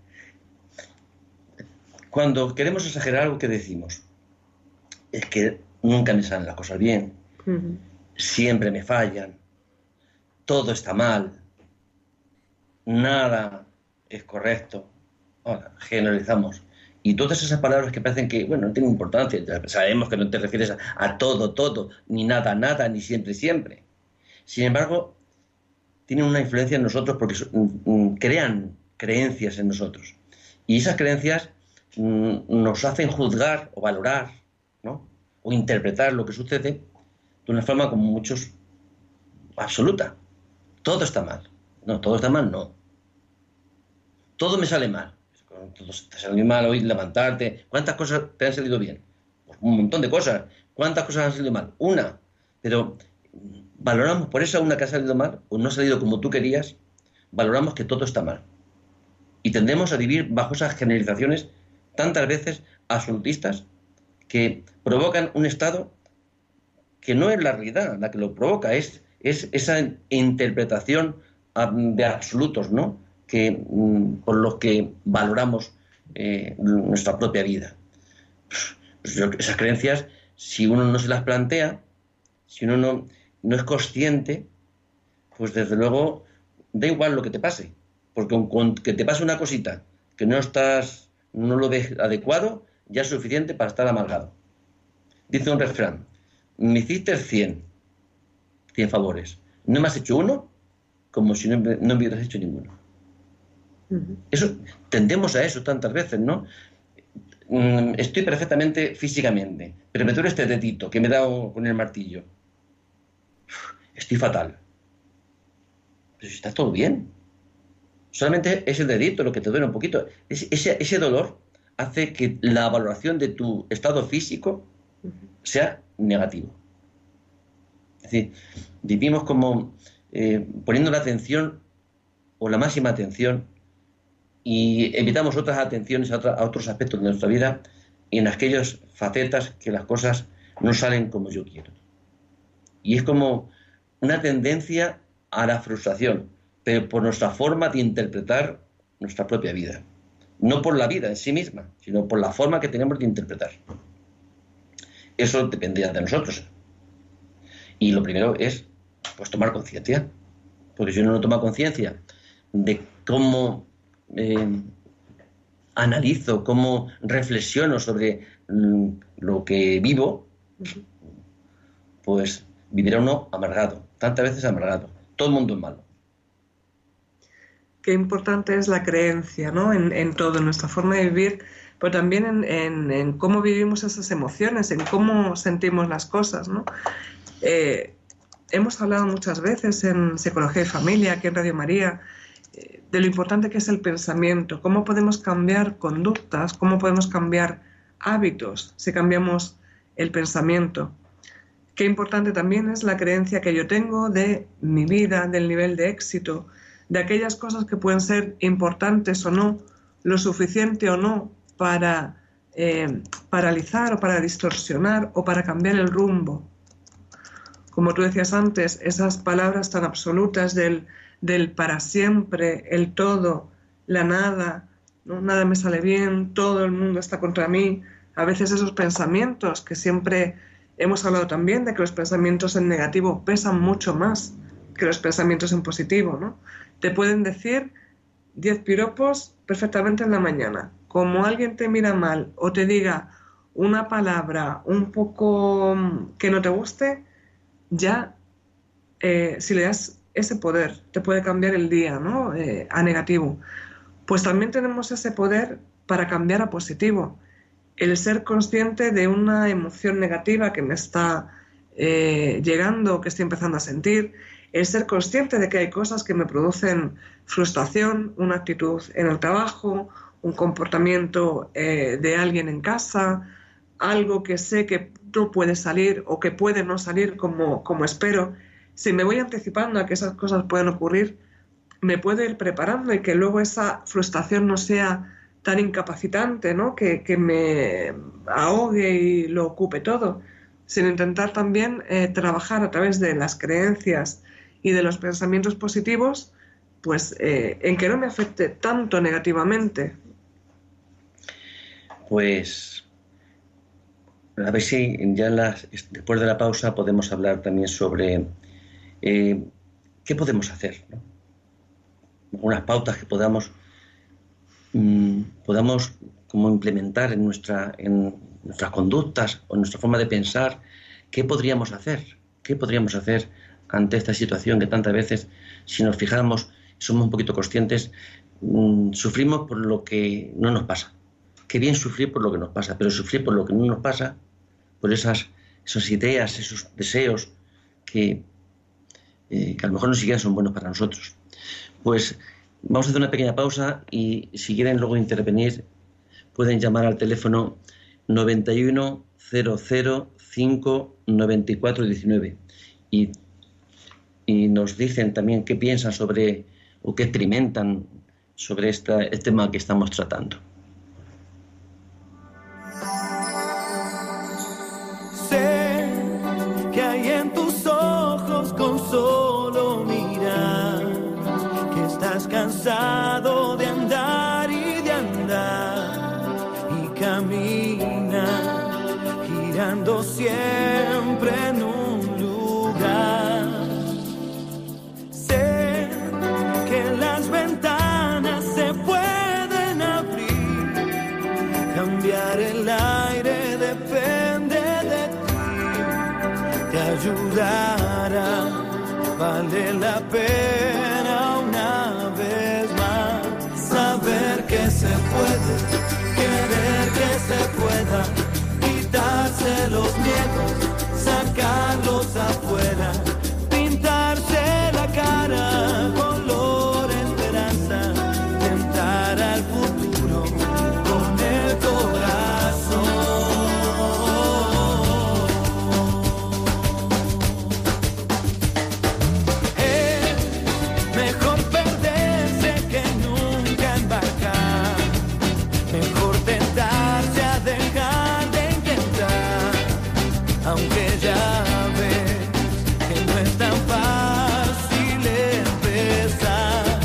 cuando queremos exagerar algo que decimos, es que nunca me salen las cosas bien, uh-huh. Siempre me fallan, todo está mal, nada es correcto. Ahora, generalizamos. Y todas esas palabras que parecen que, bueno, no tienen importancia, sabemos que no te refieres a, a todo, todo, ni nada, nada, ni siempre, siempre. Sin embargo, tienen una influencia en nosotros porque mm, crean creencias en nosotros. Y esas creencias mm, nos hacen juzgar o valorar, ¿no? O interpretar lo que sucede de una forma como muchos absoluta. Todo está mal. No, todo está mal, no. Todo me sale mal. todo te ha salido mal hoy, levantarte. ¿Cuántas cosas te han salido bien? Pues un montón de cosas. ¿Cuántas cosas han salido mal? Una. Pero valoramos por esa una que ha salido mal, o no ha salido como tú querías, valoramos que todo está mal. Y tendemos a vivir bajo esas generalizaciones tantas veces absolutistas que provocan un estado que no es la realidad la que lo provoca, es, es esa interpretación de absolutos, ¿no? Que, por los que valoramos eh, nuestra propia vida. Pues yo, esas creencias, si uno no se las plantea, si uno no, no es consciente, pues desde luego da igual lo que te pase, porque con, con que te pase una cosita que no estás, no lo ves adecuado, ya es suficiente para estar amargado. Dice un refrán: me hiciste cien, cien favores, no me has hecho uno, como si no, no me hubieras hecho ninguno. Uh-huh. Eso, tendemos a eso tantas veces, ¿no? Mm, estoy perfectamente físicamente, pero me duele este dedito que me he dado con el martillo. Uf, estoy fatal. Pero si está todo bien. Solamente es el dedito lo que te duele un poquito. Es, ese, ese dolor hace que la valoración de tu estado físico sea negativo. Es decir, vivimos como eh, poniendo la atención o la máxima atención y evitamos otras atenciones a, otra, a otros aspectos de nuestra vida y en aquellas facetas que las cosas no salen como yo quiero. Y es como una tendencia a la frustración, pero por nuestra forma de interpretar nuestra propia vida. No por la vida en sí misma, sino por la forma que tenemos de interpretar. Eso dependía de nosotros. Y lo primero es, pues, tomar conciencia. Porque si uno no toma conciencia de cómo eh, analizo, cómo reflexiono sobre mm, lo que vivo, pues vivirá uno amargado, tantas veces amargado. Todo el mundo es malo. Qué importante es la creencia, ¿no? En, en todo, en nuestra forma de vivir, pero también en, en, en cómo vivimos esas emociones, en cómo sentimos las cosas, ¿no? Eh, hemos hablado muchas veces en Psicología y Familia, aquí en Radio María, eh, de lo importante que es el pensamiento, cómo podemos cambiar conductas, cómo podemos cambiar hábitos si cambiamos el pensamiento. Qué importante también es la creencia que yo tengo de mi vida, del nivel de éxito, de aquellas cosas que pueden ser importantes o no, lo suficiente o no para eh, paralizar o para distorsionar o para cambiar el rumbo. Como tú decías antes, esas palabras tan absolutas del, del para siempre, el todo, la nada, ¿no? Nada me sale bien, todo el mundo está contra mí. A veces esos pensamientos que siempre hemos hablado también de que los pensamientos en negativo pesan mucho más que los pensamientos en positivo, ¿no? Te pueden decir diez piropos perfectamente en la mañana. Como alguien te mira mal o te diga una palabra un poco que no te guste, ya eh, si le das ese poder, te puede cambiar el día, ¿no? Eh, a negativo. Pues también tenemos ese poder para cambiar a positivo. El ser consciente de una emoción negativa que me está eh, llegando, que estoy empezando a sentir, el ser consciente de que hay cosas que me producen frustración, una actitud en el trabajo, un comportamiento eh, de alguien en casa, algo que sé que no puede salir o que puede no salir como, como espero. Si me voy anticipando a que esas cosas pueden ocurrir, me puedo ir preparando y que luego esa frustración no sea tan incapacitante, ¿no? Que, que me ahogue y lo ocupe todo, sino intentar también eh, trabajar a través de las creencias y de los pensamientos positivos, pues eh, en que no me afecte tanto negativamente. Pues a ver si ya las, después de la pausa podemos hablar también sobre eh, qué podemos hacer, ¿no? Unas pautas que podamos mmm, podamos como implementar en nuestra en nuestras conductas o en nuestra forma de pensar. ¿Qué podríamos hacer? ¿Qué podríamos hacer ante esta situación que tantas veces, si nos fijamos, somos un poquito conscientes, mmm, sufrimos por lo que no nos pasa? Qué bien sufrir por lo que nos pasa, pero sufrir por lo que no nos pasa, por esas, esas ideas, esos deseos que, eh, que a lo mejor no siquiera son buenos para nosotros. Pues Vamos a hacer una pequeña pausa y si quieren luego intervenir pueden llamar al teléfono noventa y uno cero cero cinco noventa y cuatro diecinueve y, y nos dicen también qué piensan sobre o qué experimentan sobre esta, este tema que estamos tratando. Sé que hay en tus ojos con solo mirar que estás cansado de andar y de andar y camina girando siempre en un lugar. Sé que las ventanas se pueden abrir, cambiar el aire depende de ti, te ayudará, vale la pena una vez más saber que se puede, querer que se pueda, quitarse los miedos, sacarlos afuera, pintarse la cara color esperanza, tentar al futuro con el corazón. Es mejor perderse que nunca embarcar, mejor tentarse a dejar de intentar, aunque ya ves que no es tan fácil empezar.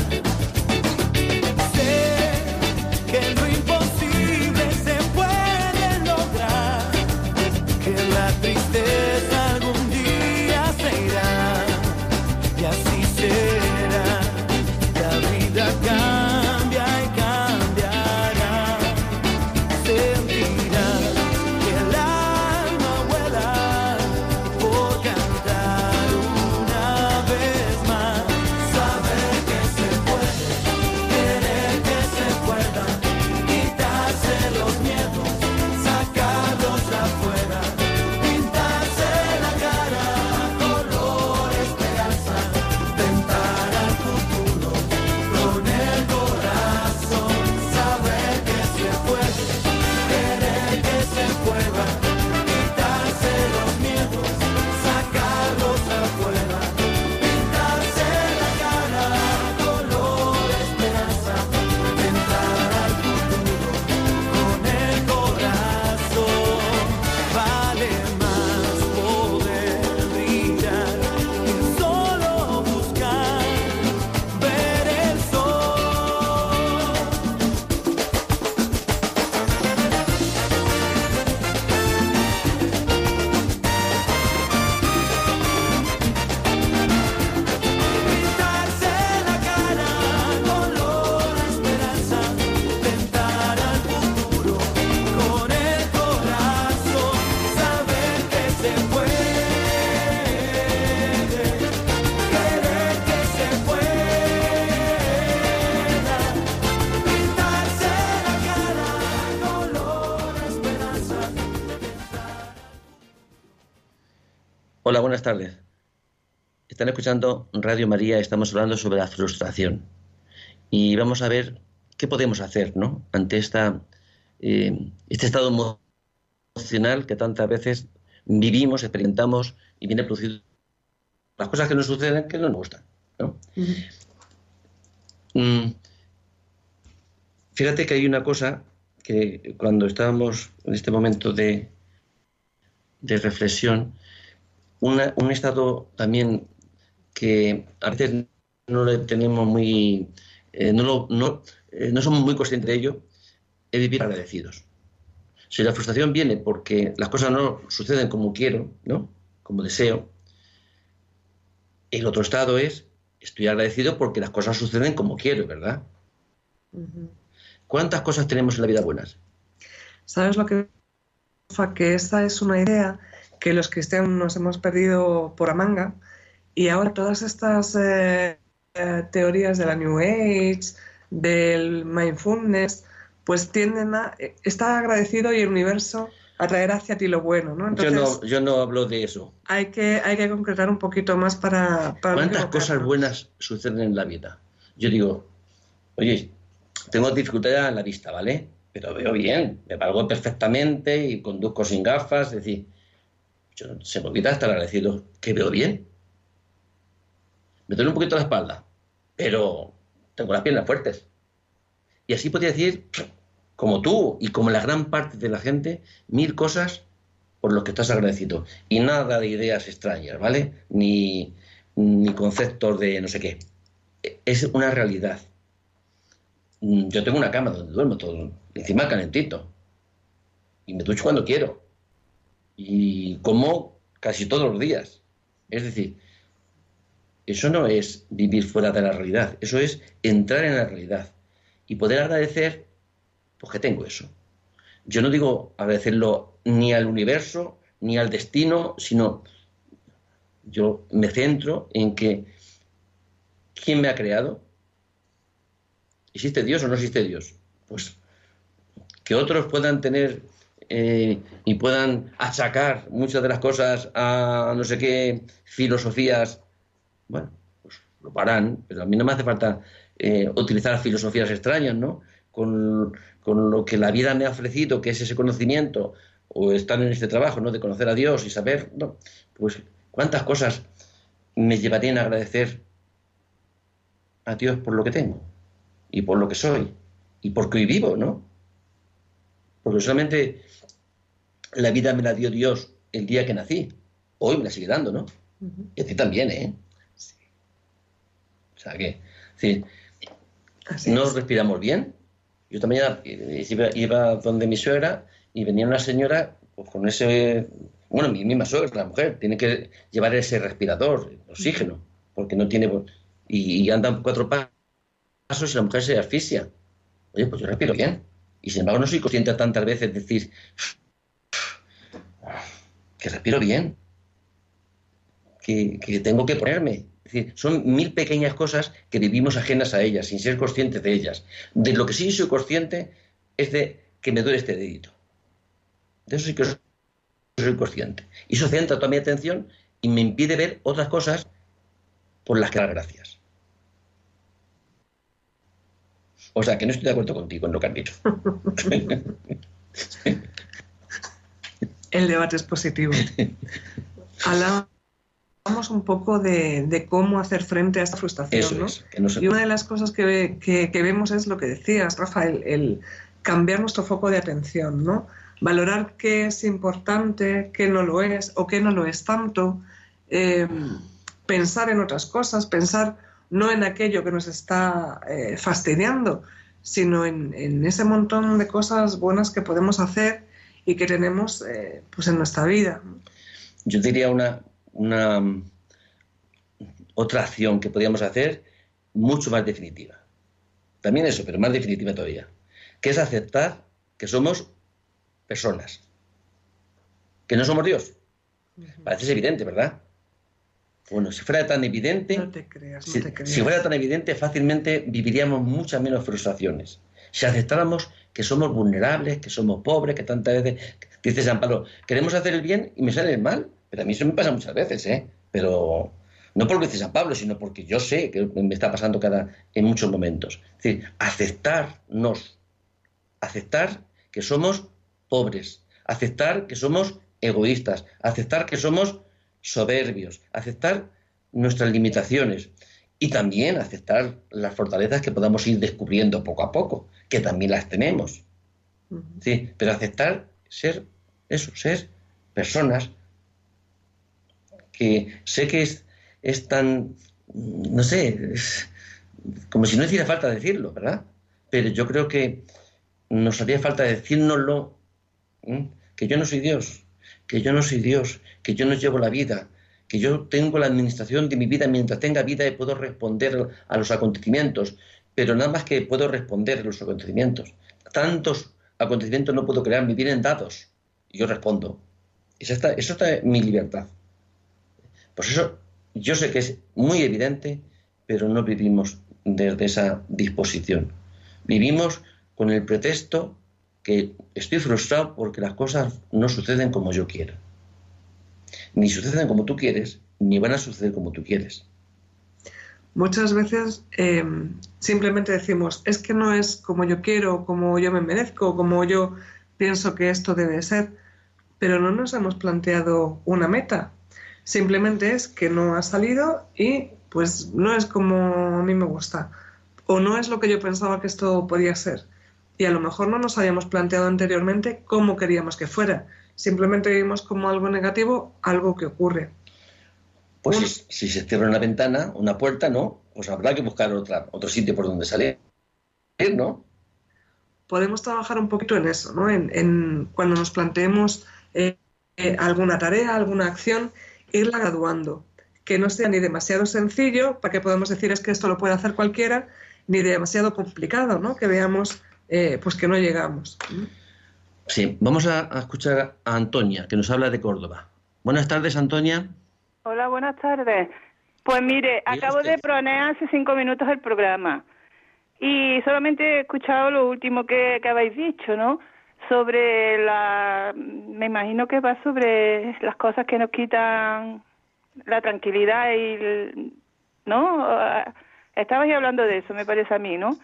Sé que lo imposible se puede lograr, que la tristeza algún día se irá, y así será, la vida cambia y cambiará, sentirás que el alma vuela por cantar una vez más, saber que se puede, querer que se pueda, quitarse los miedos, sacarlos afuera, pintarse la cara color esperanza, tentar al futuro con el corazón, saber que se puede, querer que se pueda, quitarse los miedos, sacarlos afuera, pintarse la cara color esperanza, tentar al futuro con el corazón, vale más poder brillar que solo buscar ver el sol. Pintarse la cara color esperanza, tentar al futuro con el corazón, saber que se puede, querer que se pueda, pintarse la cara color esperanza. Hola, buenas tardes. Están escuchando Radio María, estamos hablando sobre la frustración y vamos a ver qué podemos hacer, ¿no?, ante esta, eh, este estado emocional que tantas veces vivimos, experimentamos y viene producido las cosas que nos suceden que no nos gustan, ¿no? Mm, fíjate que hay una cosa que cuando estábamos en este momento de, de reflexión, una- un estado también que a veces no le tenemos muy, eh, no, lo- no, eh, no somos muy conscientes de ello, es vivir agradecidos. Si la frustración viene porque las cosas no suceden como quiero, ¿no?, como deseo, el otro estado es estoy agradecido porque las cosas suceden como quiero, ¿verdad? Ujú. ¿Cuántas cosas tenemos en la vida buenas? ¿Sabes lo que pasa? Que esa es una idea que los cristianos nos hemos perdido por la manga, y ahora todas estas eh, eh, teorías de la New Age, del mindfulness, pues tienden a eh, estar agradecido y el universo a traer hacia ti lo bueno, ¿no? Yo Entonces no, yo no hablo de eso. hay que hay que concretar un poquito más para, para no ¿Cuántas equivocarnos. cosas buenas suceden en la vida? Yo digo, Oye, tengo dificultad en la vista, ¿vale? Pero veo bien, me valgo perfectamente y conduzco sin gafas, es decir, yo, se me olvida estar agradecido que veo bien. Me duele un poquito la espalda, pero tengo las piernas fuertes. Y así podría decir, como tú y como la gran parte de la gente, mil cosas por las que estás agradecido. Y nada de ideas extrañas, ¿vale? Ni, ni conceptos de no sé qué. Es una realidad. Yo tengo una cama donde duermo todo, encima calentito. Y me ducho cuando quiero. Y como casi todos los días. Es decir, eso no es vivir fuera de la realidad, eso es entrar en la realidad y poder agradecer, pues que tengo eso. Yo no digo agradecerlo ni al universo, ni al destino, sino yo me centro en que ¿quién me ha creado? ¿Existe Dios o no existe Dios? Pues que otros puedan tener eh, y puedan achacar muchas de las cosas a no sé qué filosofías. Bueno, pues lo harán, pero a mí no me hace falta eh, utilizar filosofías extrañas, ¿no? Con, con lo que la vida me ha ofrecido, que es ese conocimiento, o estar en este trabajo, ¿no? De conocer a Dios y saber, ¿no? Pues cuántas cosas me llevarían a agradecer a Dios por lo que tengo, y por lo que soy, y porque hoy vivo, ¿no? Porque solamente la vida me la dio Dios el día que nací, hoy me la sigue dando, ¿no? Uh-huh. Y a ti también, ¿eh? O sea que, sí, no es. Respiramos bien. Yo también iba, iba donde mi suegra y venía una señora pues, con ese, bueno, mi misma suegra, la mujer, tiene que llevar ese respirador, oxígeno, porque no tiene, y, y andan cuatro pasos y la mujer se asfixia. Oye, pues yo respiro bien. Y sin embargo no soy consciente tantas veces de decir que respiro bien, que, que tengo que ponerme. Es decir, son mil pequeñas cosas que vivimos ajenas a ellas, sin ser conscientes de ellas. De lo que sí soy consciente es de que me duele este dedito. De eso sí que soy consciente. Y eso centra toda mi atención y me impide ver otras cosas por las que dar gracias. O sea, que no estoy de acuerdo contigo en lo que has dicho. El debate es positivo. Hablamos un poco de, de cómo hacer frente a esta frustración, Eso ¿no? Es, que no se... Y una de las cosas que, que, que vemos es lo que decías, Rafael, el cambiar nuestro foco de atención, ¿no? Valorar qué es importante, qué no lo es o qué no lo es tanto, eh, pensar en otras cosas, pensar no en aquello que nos está eh, fastidiando, sino en, en ese montón de cosas buenas que podemos hacer y que tenemos eh, pues en nuestra vida. Yo diría una... una otra acción que podríamos hacer mucho más definitiva. También eso, pero más definitiva todavía. Que es aceptar que somos personas. Que no somos Dios. Uh-huh. Parece evidente, ¿verdad? Bueno, si fuera tan evidente... No te creas, no si, te creas. Si fuera tan evidente, fácilmente viviríamos muchas menos frustraciones. Si aceptáramos que somos vulnerables, que somos pobres, que tantas veces... Dice San Pablo, queremos hacer el bien y me sale el mal. Pero a mí eso me pasa muchas veces, ¿eh? Pero no por lo que dice San Pablo, sino porque yo sé que me está pasando cada, en muchos momentos. Es decir, aceptarnos, aceptar que somos pobres, aceptar que somos egoístas, aceptar que somos soberbios, aceptar nuestras limitaciones y también aceptar las fortalezas que podamos ir descubriendo poco a poco, que también las tenemos. Uh-huh. Sí, pero aceptar ser eso, ser personas que sé que es, es tan, no sé, es como si no hiciera falta decirlo, ¿verdad? Pero yo creo que nos haría falta decírnoslo, ¿eh? Que yo no soy Dios, que yo no soy Dios, que yo no llevo la vida, que yo tengo la administración de mi vida mientras tenga vida y puedo responder a los acontecimientos, pero nada más que puedo responder a los acontecimientos. Tantos acontecimientos no puedo crear, me vienen dados y yo respondo. Eso está, eso está en mi libertad. Pues eso yo sé que es muy evidente, pero no vivimos desde esa disposición. Vivimos con el pretexto que estoy frustrado porque las cosas no suceden como yo quiero. Ni suceden como tú quieres, ni van a suceder como tú quieres. muchas veces eh, simplemente decimos, es que no es como yo quiero, como yo me merezco, como yo pienso que esto debe ser, pero no nos hemos planteado una meta. Simplemente es que no ha salido y pues no es como a mí me gusta, o no es lo que yo pensaba que esto podía ser. Y a lo mejor no nos habíamos planteado anteriormente cómo queríamos que fuera. Simplemente vimos como algo negativo algo que ocurre. Pues Un- si, si se cierra una ventana, una puerta, ¿no? Pues habrá que buscar otra, otro sitio por donde salir, ¿no? Podemos trabajar un poquito en eso, ¿no? En, en cuando nos planteemos eh, eh, alguna tarea, alguna acción, irla graduando. Que no sea ni demasiado sencillo, para que podamos decir es que esto lo puede hacer cualquiera, ni demasiado complicado, ¿no? Que veamos eh, pues que no llegamos. Sí, vamos a, a escuchar a Antonia, que nos habla de Córdoba. Buenas tardes, Antonia. Hola, buenas tardes. Pues mire, Diga acabo usted. de poner hace cinco minutos el programa y solamente he escuchado lo último que, que habéis dicho, ¿no? Sobre la... me imagino que va sobre las cosas que nos quitan la tranquilidad y... el- ¿no? Estabais hablando de eso, me parece a mí, ¿no?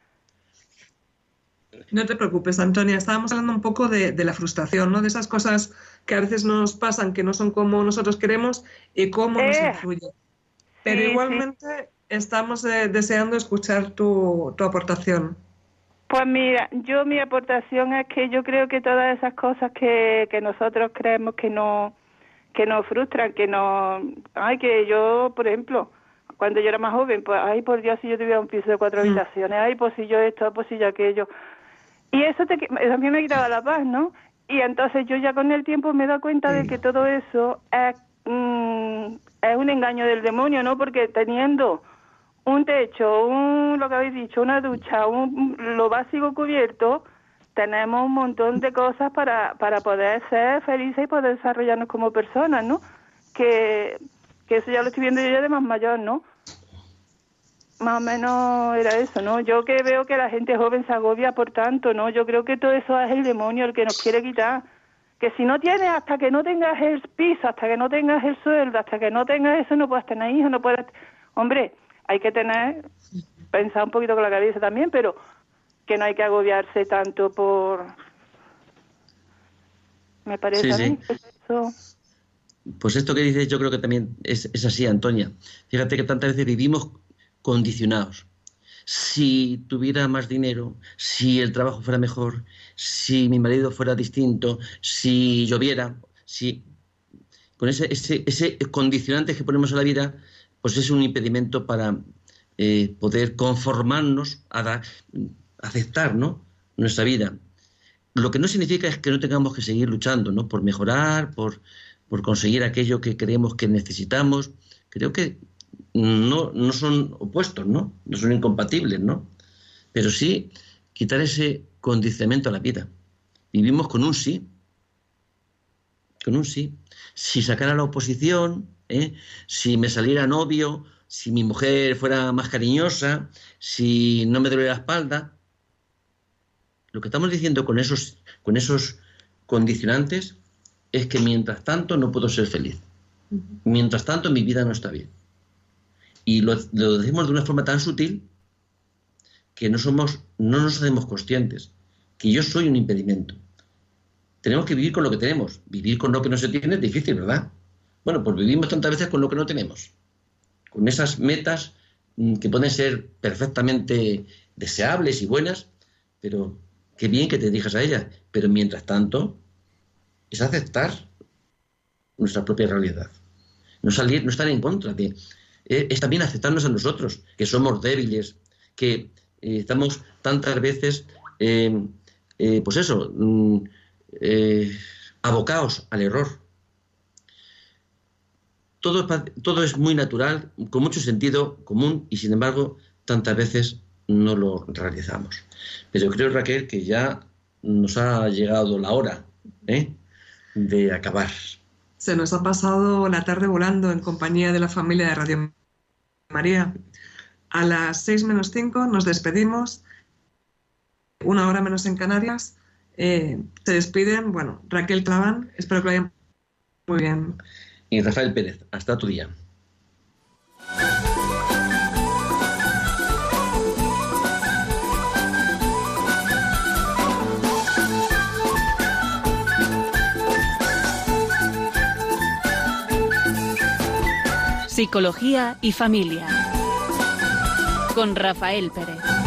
No te preocupes, Antonia. Estábamos hablando un poco de, de la frustración, ¿no? De esas cosas que a veces nos pasan, que no son como nosotros queremos y cómo nos Eh, influye. Pero sí, sí. igualmente estamos eh, deseando escuchar tu, tu aportación. Pues mira, yo mi aportación es que yo creo que todas esas cosas que, que nosotros creemos que no que nos frustran, que nos... Ay, que yo, por ejemplo, cuando yo era más joven, pues, ay, por Dios, si yo tuviera un piso de cuatro Mm. habitaciones, ay, pues si yo esto, pues si yo aquello. Y eso, te, eso a mí me quitaba la paz, ¿no? Y entonces yo ya con el tiempo me he dado cuenta de que todo eso es, mm, es un engaño del demonio, ¿no? Porque teniendo un techo, un, lo que habéis dicho, una ducha, un, lo básico cubierto, tenemos un montón de cosas para, para poder ser felices y poder desarrollarnos como personas, ¿no? Que, que eso ya lo estoy viendo yo ya de más mayor, ¿no? Más o menos era eso, ¿no? Yo que veo que la gente joven se agobia por tanto, ¿no? Yo creo que todo eso es el demonio el que nos quiere quitar. Que si no tienes, hasta que no tengas el piso, hasta que no tengas el sueldo, hasta que no tengas eso, no puedes tener hijos, no puedes... Hombre, hay que tener, pensar un poquito con la cabeza también, pero que no hay que agobiarse tanto por... Me parece Sí, a sí. mí que eso... Pues esto que dices yo creo que también es, es así, Antonia. Fíjate que tantas veces vivimos condicionados. Si tuviera más dinero, si el trabajo fuera mejor, si mi marido fuera distinto, si lloviera, si... Con ese, ese, ese condicionante que ponemos a la vida, pues es un impedimento para eh, poder conformarnos, a da- aceptar, ¿no?, nuestra vida. Lo que no significa es que no tengamos que seguir luchando, ¿no?, por mejorar, por, por conseguir aquello que creemos que necesitamos. Creo que no, no son opuestos, ¿no? No son incompatibles, ¿no? Pero sí quitar ese condicionamiento a la vida. Vivimos con un sí, con un sí. Si sacara la oposición, ¿eh? Si me saliera novio, si mi mujer fuera más cariñosa, si no me doliera la espalda. Lo que estamos diciendo con esos, con esos condicionantes es que mientras tanto no puedo ser feliz. Mientras tanto mi vida no está bien. Y lo, lo decimos de una forma tan sutil que no somos, no nos hacemos conscientes que yo soy un impedimento. Tenemos que vivir con lo que tenemos. Vivir con lo que no se tiene es difícil, ¿verdad? Bueno, pues vivimos tantas veces con lo que no tenemos. Con esas metas mm, que pueden ser perfectamente deseables y buenas, pero qué bien que te dirijas a ellas. Pero mientras tanto, es aceptar nuestra propia realidad. No salir, no estar en contra de... eh, Es también aceptarnos a nosotros, que somos débiles, que eh, estamos tantas veces, eh, eh, pues eso, mm, eh, abocados al error. Todo, es pa- todo es muy natural, con mucho sentido común, y sin embargo, tantas veces no lo realizamos. Pero creo, Raquel, que ya nos ha llegado la hora, ¿eh?, de acabar. Se nos ha pasado la tarde volando en compañía de la familia de Radio María. A las seis menos cinco nos despedimos. Una hora menos en Canarias. Eh, se despiden, bueno, Raquel Claván. Espero que lo hayan muy bien. Y Rafael Pérez, hasta tu día. Psicología y familia. Con Rafael Pérez.